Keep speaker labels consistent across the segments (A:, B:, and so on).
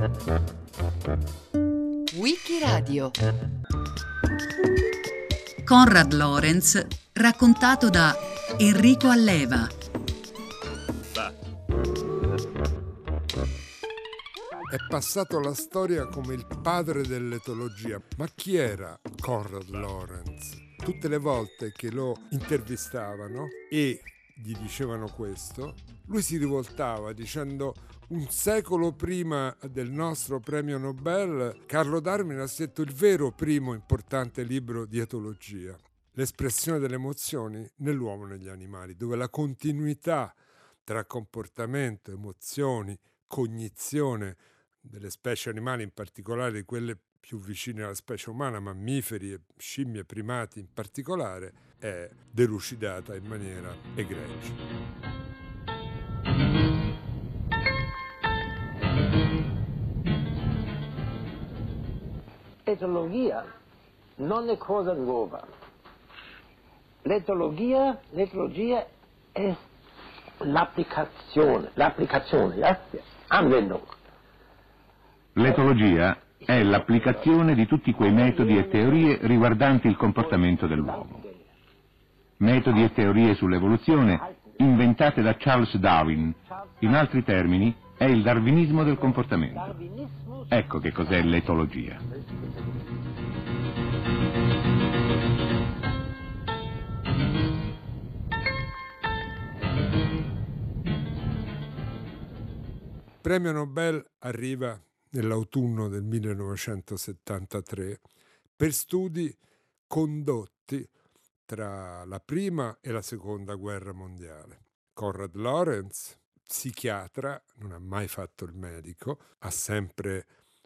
A: Wikiradio.
B: Konrad Lorenz, raccontato da Enrico Alleva.
C: È passato alla storia come il padre dell'etologia. Ma chi era Konrad Lorenz? Tutte le volte che lo intervistavano e gli dicevano questo, lui si rivoltava dicendo: un secolo prima del nostro premio Nobel, Carlo Darwin ha scritto il vero primo importante libro di etologia, l'espressione delle emozioni nell'uomo e negli animali, dove la continuità tra comportamento, emozioni, cognizione delle specie animali, in particolare di quelle più vicine alla specie umana, mammiferi e scimmie, primati in particolare, è delucidata in maniera egregia.
D: Etologia non è cosa nuova. L'etologia è l'applicazione, Anwendung.
E: L'etologia è l'applicazione di tutti quei metodi e teorie riguardanti il comportamento dell'uomo. Metodi e teorie sull'evoluzione inventate da Charles Darwin. In altri termini, è il darwinismo del comportamento. Ecco che cos'è l'etologia.
C: Il premio Nobel arriva nell'autunno del 1973 per studi condotti tra la prima e la seconda guerra mondiale. Konrad Lorenz, psichiatra, non ha mai fatto il medico, ha sempre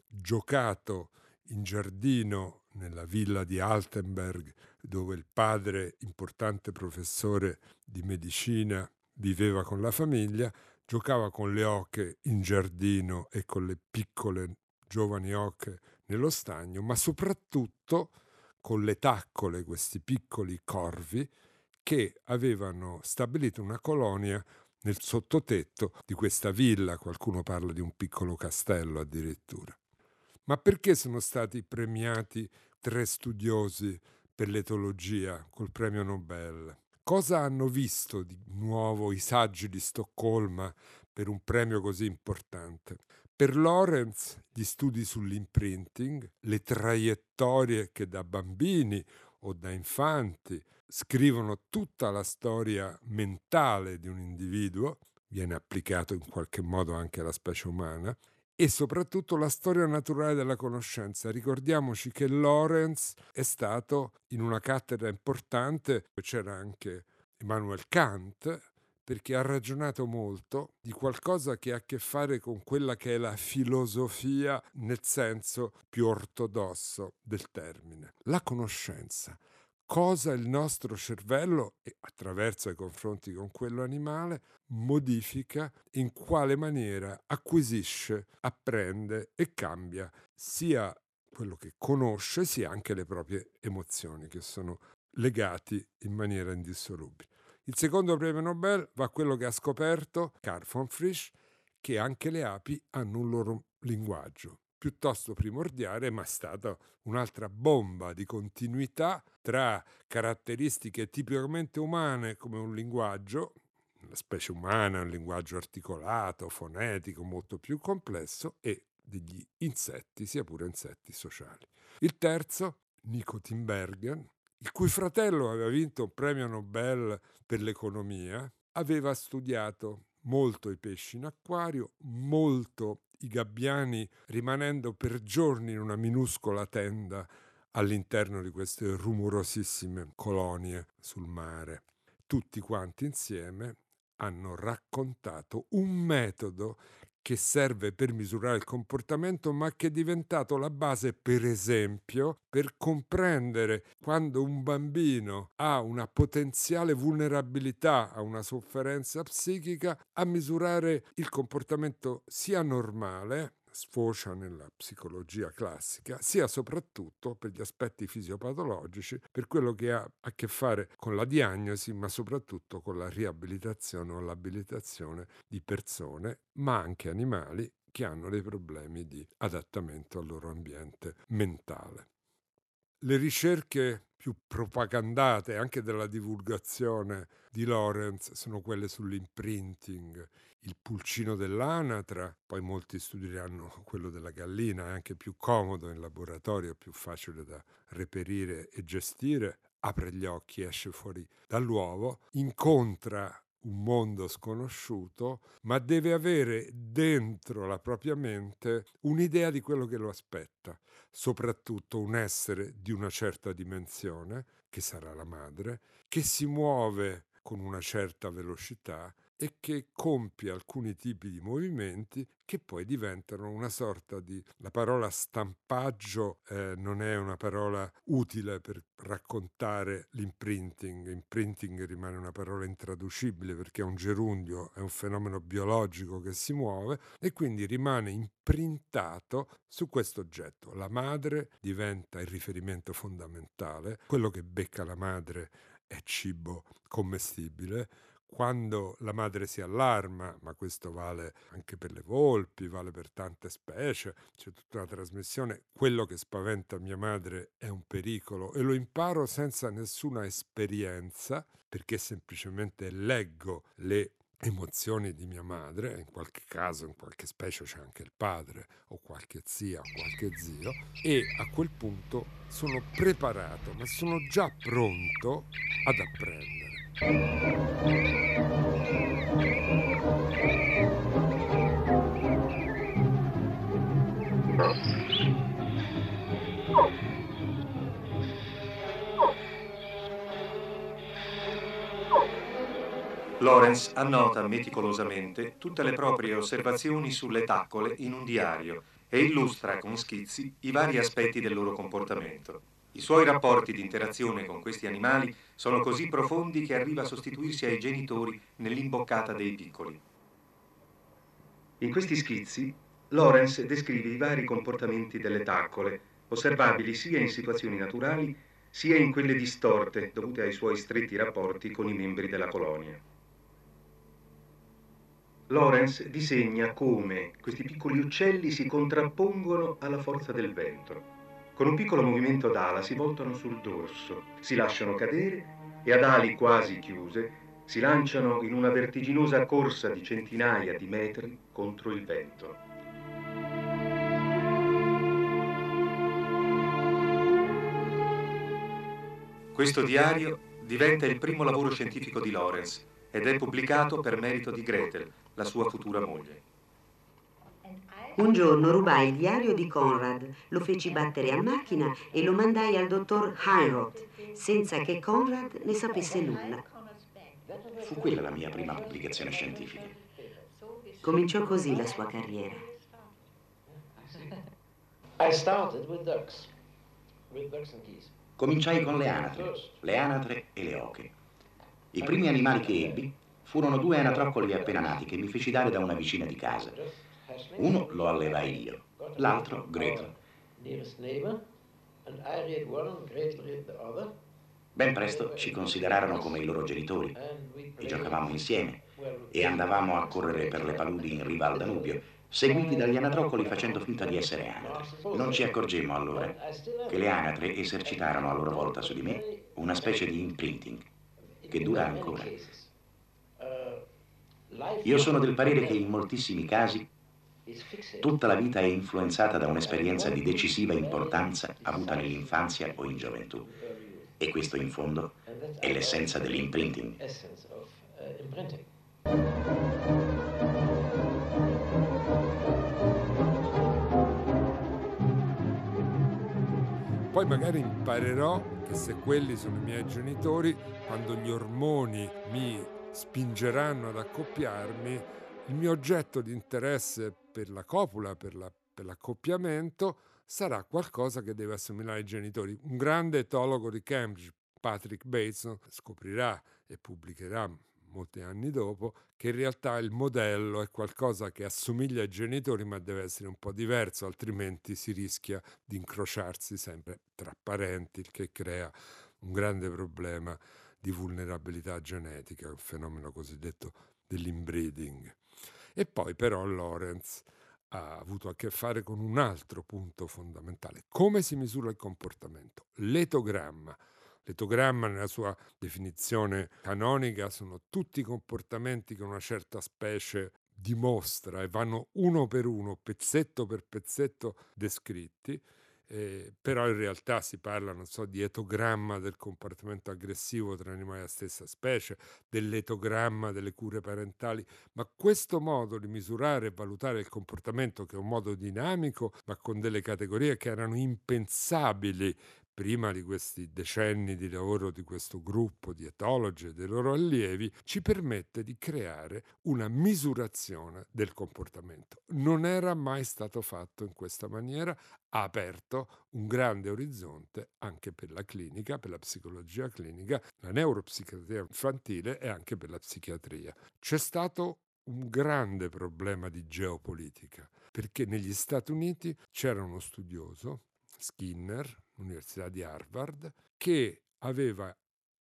C: giocato in giardino nella villa di Altenberg, dove il padre, importante professore di medicina, viveva con la famiglia. Giocava con le oche in giardino e con le piccole giovani oche nello stagno, ma soprattutto con le taccole, questi piccoli corvi che avevano stabilito una colonia nel sottotetto di questa villa. Qualcuno parla di un piccolo castello addirittura. Ma perché sono stati premiati 3 studiosi per l'etologia col premio Nobel? Cosa hanno visto di nuovo i saggi di Stoccolma per un premio così importante? Per Lorenz gli studi sull'imprinting, le traiettorie che da bambini o da infanti scrivono tutta la storia mentale di un individuo, viene applicato in qualche modo anche alla specie umana, e soprattutto la storia naturale della conoscenza. Ricordiamoci che Lorenz è stato in una cattedra importante, c'era anche Immanuel Kant, perché ha ragionato molto di qualcosa che ha a che fare con quella che è la filosofia nel senso più ortodosso del termine. La conoscenza. Cosa il nostro cervello, e attraverso i confronti con quello animale, modifica, in quale maniera acquisisce, apprende e cambia sia quello che conosce, sia anche le proprie emozioni, che sono legati in maniera indissolubile. Il secondo premio Nobel va a quello che ha scoperto Carl von Frisch, che anche le api hanno un loro linguaggio piuttosto primordiale, ma è stata un'altra bomba di continuità tra caratteristiche tipicamente umane come un linguaggio, la specie umana è un linguaggio articolato, fonetico, molto più complesso, e degli insetti, sia pure insetti sociali. Il terzo, Nico Tinbergen, il cui fratello aveva vinto un premio Nobel per l'economia, aveva studiato molto i pesci in acquario, molto i gabbiani, rimanendo per giorni in una minuscola tenda all'interno di queste rumorosissime colonie sul mare. Tutti quanti insieme hanno raccontato un metodo che serve per misurare il comportamento, ma che è diventato la base, per esempio, per comprendere quando un bambino ha una potenziale vulnerabilità a una sofferenza psichica, a misurare il comportamento sia normale, sfocia nella psicologia classica, sia soprattutto per gli aspetti fisiopatologici, per quello che ha a che fare con la diagnosi, ma soprattutto con la riabilitazione o l'abilitazione di persone, ma anche animali, che hanno dei problemi di adattamento al loro ambiente mentale. Le ricerche più propagandate anche della divulgazione di Lorenz sono quelle sull'imprinting, il pulcino dell'anatra, poi molti studieranno quello della gallina, è anche più comodo in laboratorio, più facile da reperire e gestire, apre gli occhi, esce fuori dall'uovo, incontra un mondo sconosciuto, ma deve avere dentro la propria mente un'idea di quello che lo aspetta, soprattutto un essere di una certa dimensione, che sarà la madre, che si muove con una certa velocità e che compie alcuni tipi di movimenti che poi diventano una sorta di... La parola stampaggio non è una parola utile per raccontare l'imprinting. Imprinting rimane una parola intraducibile perché è un gerundio, è un fenomeno biologico che si muove e quindi rimane imprintato su questo oggetto. La madre diventa il riferimento fondamentale, quello che becca la madre è cibo commestibile. Quando la madre si allarma, ma questo vale anche per le volpi, vale per tante specie, c'è tutta una trasmissione, quello che spaventa mia madre è un pericolo e lo imparo senza nessuna esperienza, perché semplicemente leggo le emozioni di mia madre, in qualche caso, in qualche specie c'è anche il padre o qualche zia o qualche zio, e a quel punto sono preparato, ma sono già pronto ad apprendere.
A: Lorenz annota meticolosamente tutte le proprie osservazioni sulle taccole in un diario e illustra con schizzi i vari aspetti del loro comportamento. I suoi rapporti di interazione con questi animali sono così profondi che arriva a sostituirsi ai genitori nell'imboccata dei piccoli. In questi schizzi, Lorenz descrive i vari comportamenti delle taccole, osservabili sia in situazioni naturali sia in quelle distorte dovute ai suoi stretti rapporti con i membri della colonia. Lorenz disegna come questi piccoli uccelli si contrappongono alla forza del vento. Con un piccolo movimento d'ala si voltano sul dorso, si lasciano cadere e ad ali quasi chiuse si lanciano in una vertiginosa corsa di centinaia di metri contro il vento. Questo diario diventa il primo lavoro scientifico di Lorenz ed è pubblicato per merito di Gretel, la sua futura moglie.
F: Un giorno rubai il diario di Conrad, lo feci battere a macchina e lo mandai al dottor Heinroth, senza che Conrad ne sapesse nulla.
G: Fu quella la mia prima pubblicazione scientifica.
F: Cominciò così la sua carriera.
G: Cominciai con le anatre e le oche. I primi animali che ebbi furono 2 anatroccoli appena nati che mi feci dare da una vicina di casa. Uno lo allevai io, l'altro Gretel. Ben presto ci considerarono come i loro genitori e giocavamo insieme e andavamo a correre per le paludi in riva al Danubio, seguiti dagli anatroccoli facendo finta di essere anatre. Non ci accorgemmo allora che le anatre esercitarono a loro volta su di me una specie di imprinting che dura ancora. Io sono del parere che in moltissimi casi tutta la vita è influenzata da un'esperienza di decisiva importanza avuta nell'infanzia o in gioventù. E questo, in fondo, è l'essenza dell'imprinting.
C: Poi magari imparerò che se quelli sono i miei genitori, quando gli ormoni mi spingeranno ad accoppiarmi, il mio oggetto di interesse per la copula, per l'accoppiamento, sarà qualcosa che deve assomigliare ai genitori. Un grande etologo di Cambridge, Patrick Bateson, scoprirà e pubblicherà molti anni dopo che in realtà il modello è qualcosa che assomiglia ai genitori ma deve essere un po' diverso, altrimenti si rischia di incrociarsi sempre tra parenti, il che crea un grande problema di vulnerabilità genetica, un fenomeno cosiddetto dell'inbreeding. E poi però Lorenz ha avuto a che fare con un altro punto fondamentale. Come si misura il comportamento? L'etogramma. L'etogramma, nella sua definizione canonica, sono tutti i comportamenti che una certa specie dimostra e vanno uno per uno, pezzetto per pezzetto descritti. Però in realtà si parla, non so, di etogramma del comportamento aggressivo tra animali della stessa specie, dell'etogramma delle cure parentali, ma questo modo di misurare e valutare il comportamento, che è un modo dinamico, ma con delle categorie che erano impensabili prima di questi decenni di lavoro di questo gruppo di etologi e dei loro allievi, ci permette di creare una misurazione del comportamento. Non era mai stato fatto in questa maniera, ha aperto un grande orizzonte anche per la clinica, per la psicologia clinica, la neuropsichiatria infantile e anche per la psichiatria. C'è stato un grande problema di geopolitica, perché negli Stati Uniti c'era uno studioso, Skinner, Università di Harvard, che aveva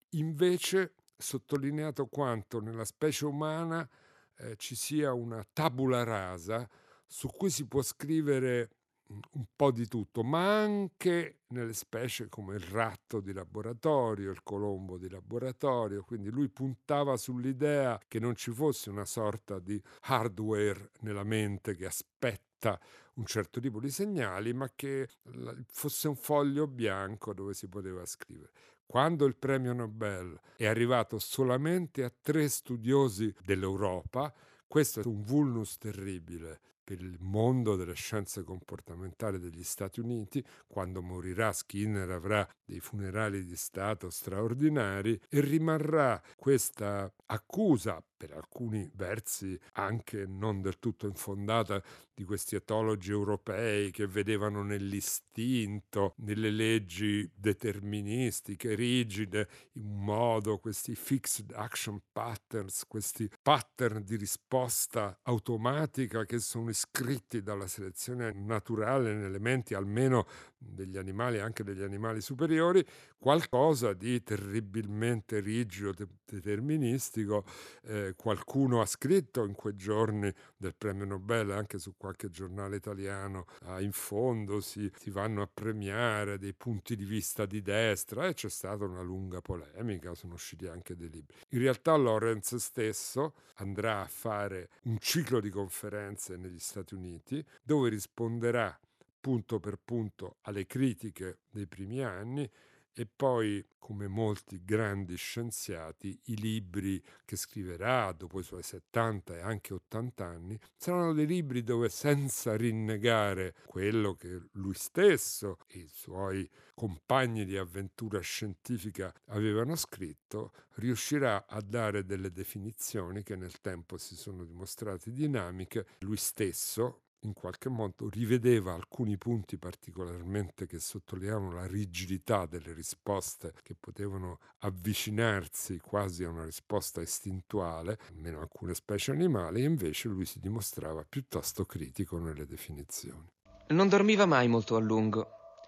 C: invece sottolineato quanto nella specie umana ci sia una tabula rasa su cui si può scrivere un po' di tutto, ma anche nelle specie come il ratto di laboratorio, il colombo di laboratorio. Quindi lui puntava sull'idea che non ci fosse una sorta di hardware nella mente che aspetta un certo tipo di segnali, ma che fosse un foglio bianco dove si poteva scrivere. Quando il premio Nobel è arrivato solamente a 3 studiosi dell'Europa, questo è un vulnus terribile per il mondo delle scienze comportamentali degli Stati Uniti. Quando morirà, Skinner avrà dei funerali di Stato straordinari e rimarrà questa accusa, per alcuni versi anche non del tutto infondata, di questi etologi europei che vedevano nell'istinto, nelle leggi deterministiche, rigide, in modo questi fixed action patterns, questi pattern di risposta automatica che sono iscritti dalla selezione naturale nelle menti almeno degli animali, anche degli animali superiori, qualcosa di terribilmente rigido, deterministico. Qualcuno ha scritto in quei giorni del premio Nobel, anche su qualche giornale italiano, in fondo si vanno a premiare dei punti di vista di destra, e c'è stata una lunga polemica, sono usciti anche dei libri. In realtà Lorenz stesso andrà a fare un ciclo di conferenze negli Stati Uniti dove risponderà punto per punto alle critiche dei primi anni, e poi, come molti grandi scienziati, i libri che scriverà dopo i suoi 70 e anche 80 anni saranno dei libri dove, senza rinnegare quello che lui stesso e i suoi compagni di avventura scientifica avevano scritto, riuscirà a dare delle definizioni che nel tempo si sono dimostrate dinamiche. Lui stesso in qualche modo rivedeva alcuni punti particolarmente che sottolineavano la rigidità delle risposte, che potevano avvicinarsi quasi a una risposta istintuale, almeno alcune specie animali, e invece lui si dimostrava piuttosto critico nelle definizioni.
H: Non dormiva mai molto a lungo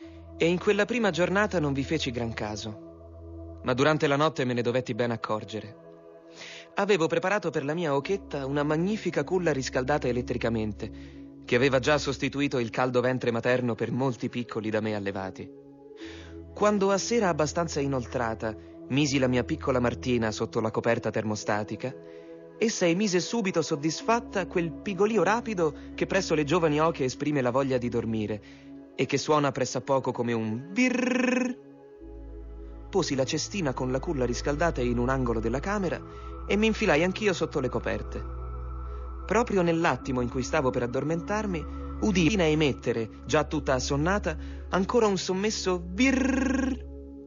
H: e in quella prima giornata non vi feci gran caso, ma durante la notte me ne dovetti ben accorgere. Avevo preparato per la mia oquetta una magnifica culla riscaldata elettricamente, che aveva già sostituito il caldo ventre materno per molti piccoli da me allevati. Quando a sera abbastanza inoltrata misi la mia piccola Martina sotto la coperta termostatica, essa emise subito soddisfatta quel pigolio rapido che presso le giovani oche esprime la voglia di dormire e che suona pressappoco come un birrrr. Posi la cestina con la culla riscaldata in un angolo della camera e mi infilai anch'io sotto le coperte. Proprio nell'attimo in cui stavo per addormentarmi, udì emettere, già tutta assonnata, ancora un sommesso birrrr.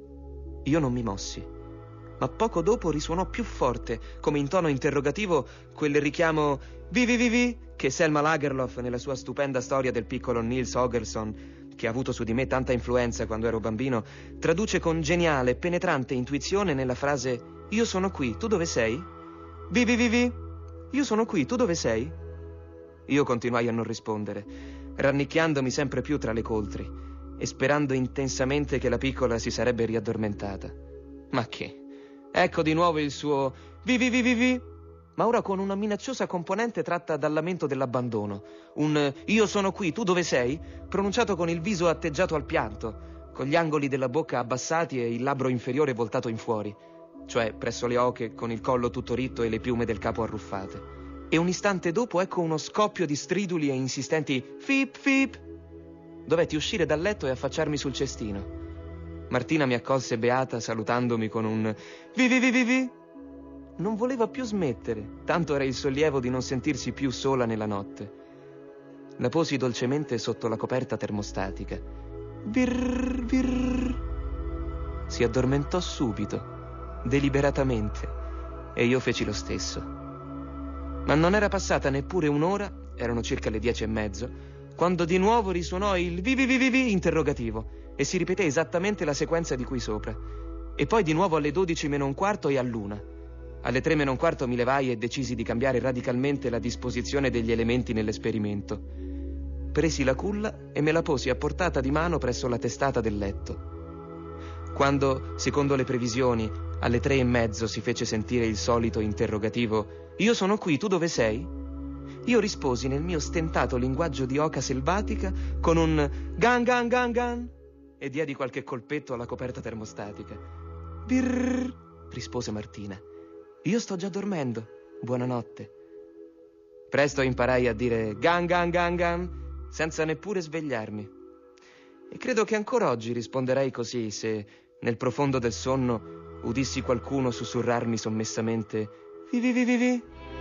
H: Io non mi mossi, ma poco dopo risuonò più forte, come in tono interrogativo, quel richiamo vivi vivi che Selma Lagerlöf nella sua stupenda storia del piccolo Nils Holgersson, che ha avuto su di me tanta influenza quando ero bambino, traduce con geniale e penetrante intuizione nella frase «Io sono qui, tu dove sei?» «Vivi vivi? Io sono qui, tu dove sei?» Io continuai a non rispondere, rannicchiandomi sempre più tra le coltri e sperando intensamente che la piccola si sarebbe riaddormentata. Ma che? Ecco di nuovo il suo vivi vivi vivi. ma ora con una minacciosa componente tratta dal lamento dell'abbandono. Un "io sono qui, tu dove sei?" pronunciato con il viso atteggiato al pianto, con gli angoli della bocca abbassati e il labbro inferiore voltato in fuori, cioè presso le oche, con il collo tutto ritto e le piume del capo arruffate. E un istante dopo ecco uno scoppio di striduli e insistenti "fip fip". Dovetti uscire dal letto e affacciarmi sul cestino. Martina mi accolse beata salutandomi con un "vi vi vi vi". Non voleva più smettere, tanto era il sollievo di non sentirsi più sola nella notte. La posi dolcemente sotto la coperta termostatica. Virr, virr. Si addormentò subito, deliberatamente, e io feci lo stesso. Ma non era passata neppure un'ora, erano circa le 10:30, quando di nuovo risuonò il vi vi vi vi vi interrogativo e si ripeté esattamente la sequenza di qui sopra. E poi di nuovo alle 12 meno un quarto e all'1. Alle 3 meno un quarto mi levai e decisi di cambiare radicalmente la disposizione degli elementi nell'esperimento. Presi la culla e me la posi a portata di mano presso la testata del letto. Quando, secondo le previsioni, alle 3:30 si fece sentire il solito interrogativo "io sono qui, tu dove sei?", io risposi nel mio stentato linguaggio di oca selvatica con un "gan gan gan gan" e diedi qualche colpetto alla coperta termostatica. "Birr", rispose Martina. "Io sto già dormendo. Buonanotte." Presto imparai a dire "gan gan gan gan" senza neppure svegliarmi. E credo che ancora oggi risponderei così se, nel profondo del sonno, udissi qualcuno sussurrarmi sommessamente "vi vi vi vi vi".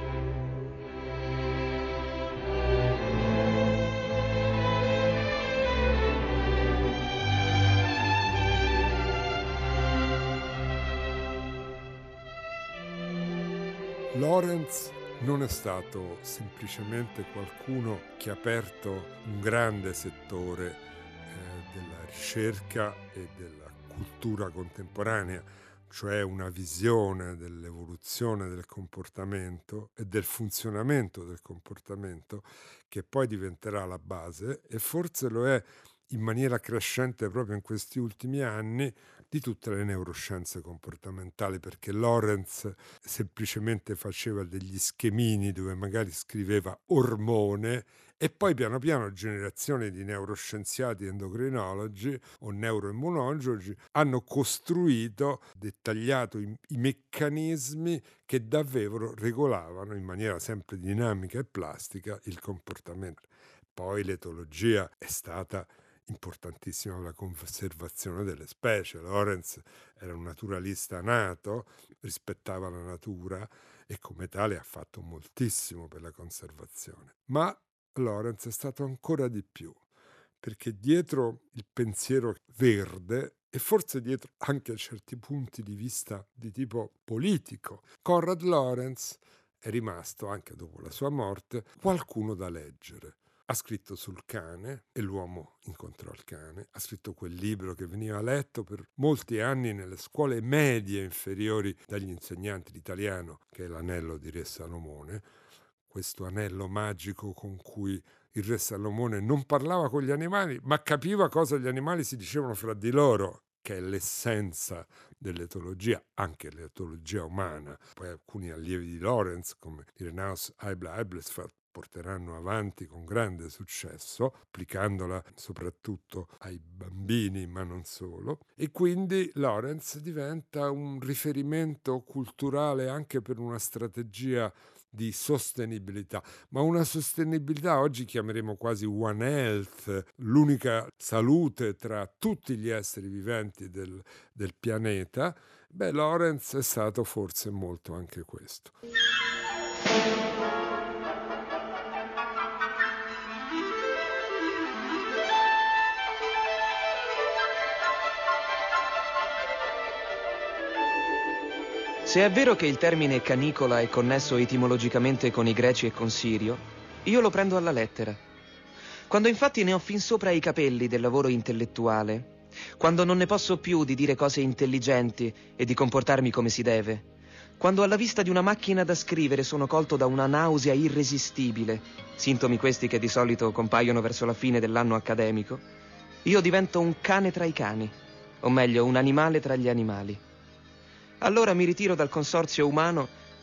C: Lawrence non è stato semplicemente qualcuno che ha aperto un grande settore della ricerca e della cultura contemporanea, cioè una visione dell'evoluzione del comportamento e del funzionamento del comportamento che poi diventerà la base, e forse lo è in maniera crescente proprio in questi ultimi anni, di tutte le neuroscienze comportamentali, perché Lawrence semplicemente faceva degli schemini dove magari scriveva ormone e poi piano piano generazioni di neuroscienziati endocrinologi o neuroimmunologi hanno costruito, dettagliato i meccanismi che davvero regolavano in maniera sempre dinamica e plastica il comportamento. Poi l'etologia è stata importantissima per la conservazione delle specie. Lawrence era un naturalista nato, rispettava la natura e come tale ha fatto moltissimo per la conservazione. Ma Lawrence è stato ancora di più, perché dietro il pensiero verde e forse dietro anche a certi punti di vista di tipo politico, Konrad Lorenz è rimasto, anche dopo la sua morte, qualcuno da leggere. Ha scritto sul cane e l'uomo incontrò il cane, ha scritto quel libro che veniva letto per molti anni nelle scuole medie inferiori dagli insegnanti di italiano, che è l'anello di Re Salomone, questo anello magico con cui il Re Salomone non parlava con gli animali, ma capiva cosa gli animali si dicevano fra di loro, che è l'essenza dell'etologia, anche l'etologia umana. Poi alcuni allievi di Lawrence, come Irenaeus Eibler-Eibler, porteranno avanti con grande successo, applicandola soprattutto ai bambini, ma non solo. E quindi Lawrence diventa un riferimento culturale anche per una strategia di sostenibilità, ma una sostenibilità oggi chiameremo quasi One Health, l'unica salute tra tutti gli esseri viventi del pianeta. Beh, Lawrence è stato forse molto anche questo.
H: Se è vero che il termine canicola è connesso etimologicamente con i greci e con Sirio, io lo prendo alla lettera. Quando infatti ne ho fin sopra i capelli del lavoro intellettuale, quando non ne posso più di dire cose intelligenti e di comportarmi come si deve, quando alla vista di una macchina da scrivere sono colto da una nausea irresistibile, sintomi questi che di solito compaiono verso la fine dell'anno accademico, io divento un cane tra i cani, o meglio un animale tra gli animali. Allora mi ritiro dal consorzio umano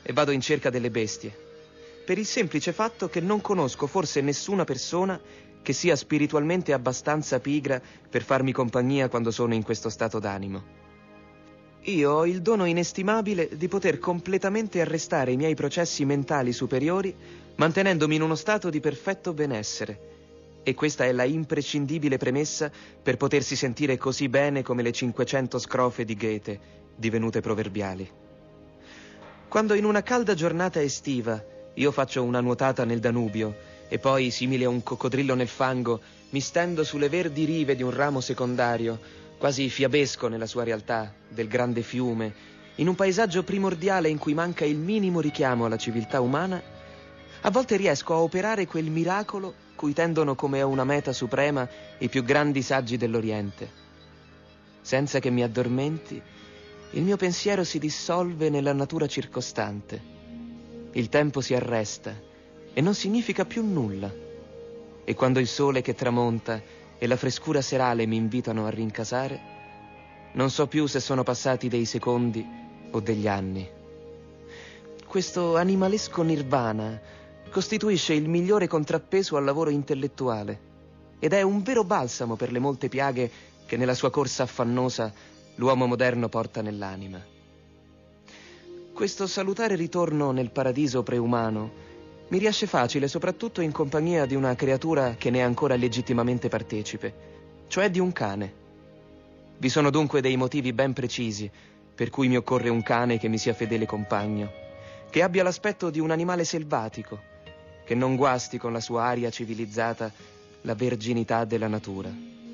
H: e vado in cerca delle bestie, per il semplice fatto che non conosco forse nessuna persona che sia spiritualmente abbastanza pigra per farmi compagnia quando sono in questo stato d'animo. Io ho il dono inestimabile di poter completamente arrestare i miei processi mentali superiori mantenendomi in uno stato di perfetto benessere. E questa è la imprescindibile premessa per potersi sentire così bene come le 500 scrofe di Goethe, divenute proverbiali. Quando in una calda giornata estiva io faccio una nuotata nel Danubio e poi, simile a un coccodrillo nel fango, mi stendo sulle verdi rive di un ramo secondario, quasi fiabesco nella sua realtà, del grande fiume, in un paesaggio primordiale in cui manca il minimo richiamo alla civiltà umana, a volte riesco a operare quel miracolo cui tendono come a una meta suprema i più grandi saggi dell'Oriente. Senza che mi addormenti, il mio pensiero si dissolve nella natura circostante. Il tempo si arresta e non significa più nulla. E quando il sole che tramonta e la frescura serale mi invitano a rincasare, non so più se sono passati dei secondi o degli anni. Questo animalesco nirvana costituisce il migliore contrappeso al lavoro intellettuale ed è un vero balsamo per le molte piaghe che nella sua corsa affannosa l'uomo moderno porta nell'anima. Questo salutare ritorno nel paradiso preumano mi riesce facile soprattutto in compagnia di una creatura che ne è ancora legittimamente partecipe, cioè di un cane. Vi sono dunque dei motivi ben precisi per cui mi occorre un cane che mi sia fedele compagno, che abbia l'aspetto di un animale selvatico, che non guasti con la sua aria civilizzata la verginità della natura.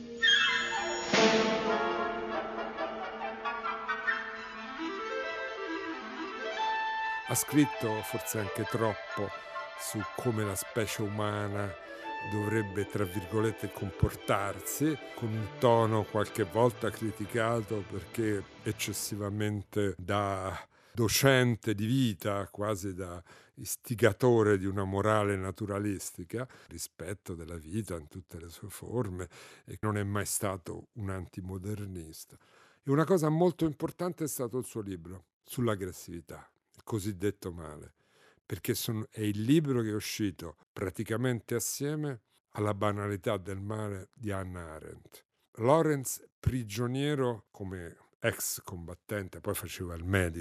C: Ha scritto forse anche troppo su come la specie umana dovrebbe, tra virgolette, comportarsi, con un tono qualche volta criticato perché eccessivamente da docente di vita, quasi da istigatore di una morale naturalistica, rispetto della vita in tutte le sue forme, e non è mai stato un antimodernista. E una cosa molto importante è stato il suo libro sull'aggressività, il cosiddetto male, perché è il libro che è uscito praticamente assieme alla banalità del male di Hannah Arendt. Lawrence, prigioniero come ex combattente, poi faceva il medico,